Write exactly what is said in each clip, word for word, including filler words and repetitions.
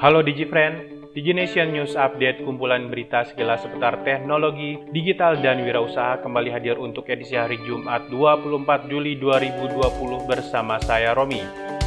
Halo DigiFriend, DigiNation News Update, kumpulan berita sekilas seputar teknologi, digital, dan wirausaha kembali hadir untuk edisi hari Jumat dua puluh empat Juli dua ribu dua puluh bersama saya Romi.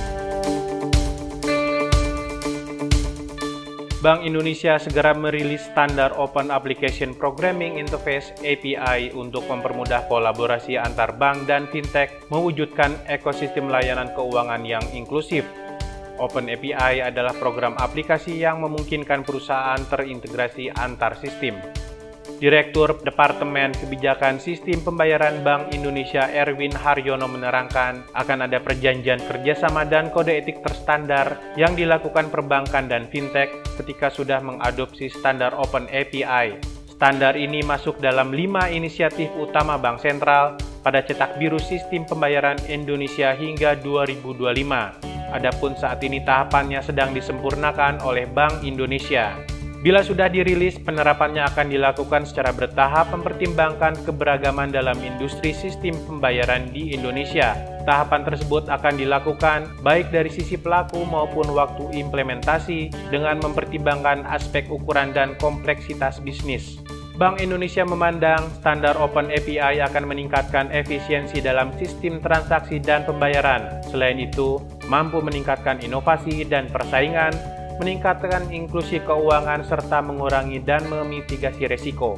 Bank Indonesia segera merilis standar Open Application Programming Interface A P I untuk mempermudah kolaborasi antar bank dan fintech mewujudkan ekosistem layanan keuangan yang inklusif. Open A P I adalah program aplikasi yang memungkinkan perusahaan terintegrasi antar sistem. Direktur Departemen Kebijakan Sistem Pembayaran Bank Indonesia Erwin Haryono menerangkan akan ada perjanjian kerjasama dan kode etik terstandar yang dilakukan perbankan dan fintech ketika sudah mengadopsi standar Open A P I. Standar ini masuk dalam lima inisiatif utama Bank Sentral pada cetak biru sistem pembayaran Indonesia hingga dua ribu dua puluh lima. Adapun saat ini tahapannya sedang disempurnakan oleh Bank Indonesia. Bila sudah dirilis, penerapannya akan dilakukan secara bertahap mempertimbangkan keberagaman dalam industri sistem pembayaran di Indonesia. Tahapan tersebut akan dilakukan baik dari sisi pelaku maupun waktu implementasi dengan mempertimbangkan aspek ukuran dan kompleksitas bisnis. Bank Indonesia memandang standar Open A P I akan meningkatkan efisiensi dalam sistem transaksi dan pembayaran. Selain itu, mampu meningkatkan inovasi dan persaingan, meningkatkan inklusi keuangan, serta mengurangi dan memitigasi resiko.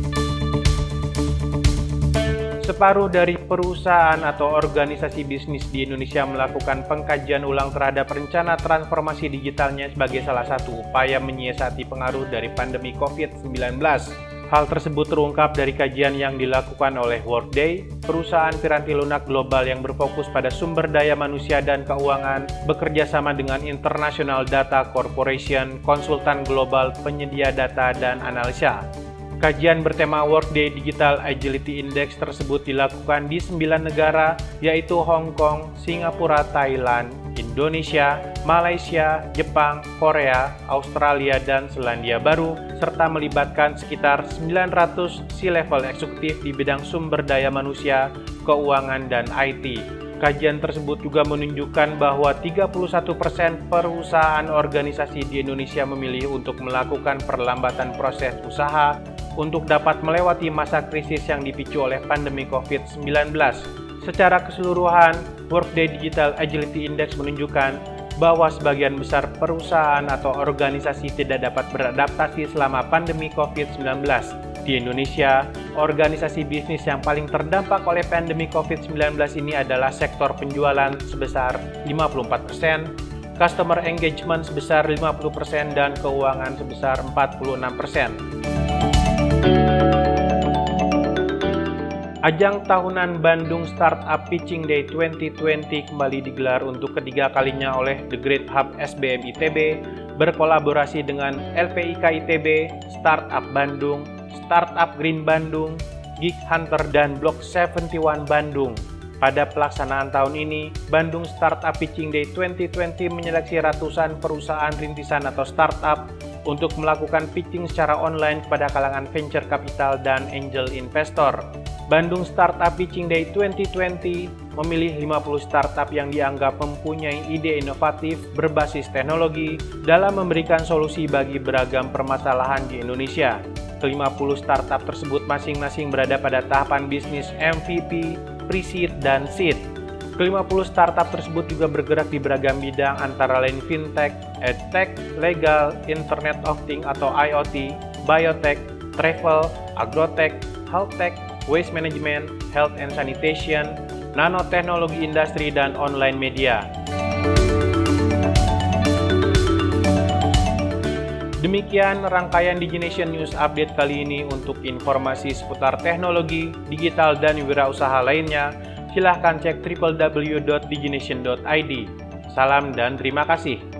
Separuh dari perusahaan atau organisasi bisnis di Indonesia melakukan pengkajian ulang terhadap rencana transformasi digitalnya sebagai salah satu upaya menyiasati pengaruh dari pandemi covid sembilan belas. Hal tersebut terungkap dari kajian yang dilakukan oleh Workday, perusahaan piranti lunak global yang berfokus pada sumber daya manusia dan keuangan, bekerja sama dengan International Data Corporation, konsultan global penyedia data dan analisa. Kajian bertema Workday Digital Agility Index tersebut dilakukan di sembilan negara, yaitu Hong Kong, Singapura, Thailand, Indonesia, Malaysia, Jepang, Korea, Australia, dan Selandia Baru, serta melibatkan sekitar sembilan ratus C-level eksekutif di bidang sumber daya manusia, keuangan, dan I T. Kajian tersebut juga menunjukkan bahwa tiga puluh satu persen perusahaan organisasi di Indonesia memilih untuk melakukan perlambatan proses usaha untuk dapat melewati masa krisis yang dipicu oleh pandemi covid sembilan belas. Secara keseluruhan, Workday Digital Agility Index menunjukkan bahwa sebagian besar perusahaan atau organisasi tidak dapat beradaptasi selama pandemi covid sembilan belas. Di Indonesia, organisasi bisnis yang paling terdampak oleh pandemi covid sembilan belas ini adalah sektor penjualan sebesar lima puluh empat persen, customer engagement sebesar lima puluh persen, dan keuangan sebesar empat puluh enam persen. Ajang tahunan Bandung Startup Pitching Day dua ribu dua puluh kembali digelar untuk ketiga kalinya oleh The Great Hub S B M I T B berkolaborasi dengan L P I K I T B, Startup Bandung, Startup Green Bandung, Geek Hunter, dan Block tujuh puluh satu Bandung. Pada pelaksanaan tahun ini, Bandung Startup Pitching Day dua ribu dua puluh menyeleksi ratusan perusahaan rintisan atau startup untuk melakukan pitching secara online kepada kalangan venture capital dan angel investor. Bandung Startup Pitching Day dua ribu dua puluh memilih lima puluh startup yang dianggap mempunyai ide inovatif berbasis teknologi dalam memberikan solusi bagi beragam permasalahan di Indonesia. Kelima puluh startup tersebut masing-masing berada pada tahapan bisnis M V P, Pre-Seed, dan Seed. Kelima puluh startup tersebut juga bergerak di beragam bidang antara lain fintech, edtech, legal, Internet of Things atau I O T, biotech, travel, agrotech, healthtech, waste management, health and sanitation, nanoteknologi industri, dan online media. Demikian rangkaian DigiNation News Update kali ini. Untuk informasi seputar teknologi, digital, dan wirausaha lainnya, silahkan cek w w w titik digination titik i d. Salam dan terima kasih.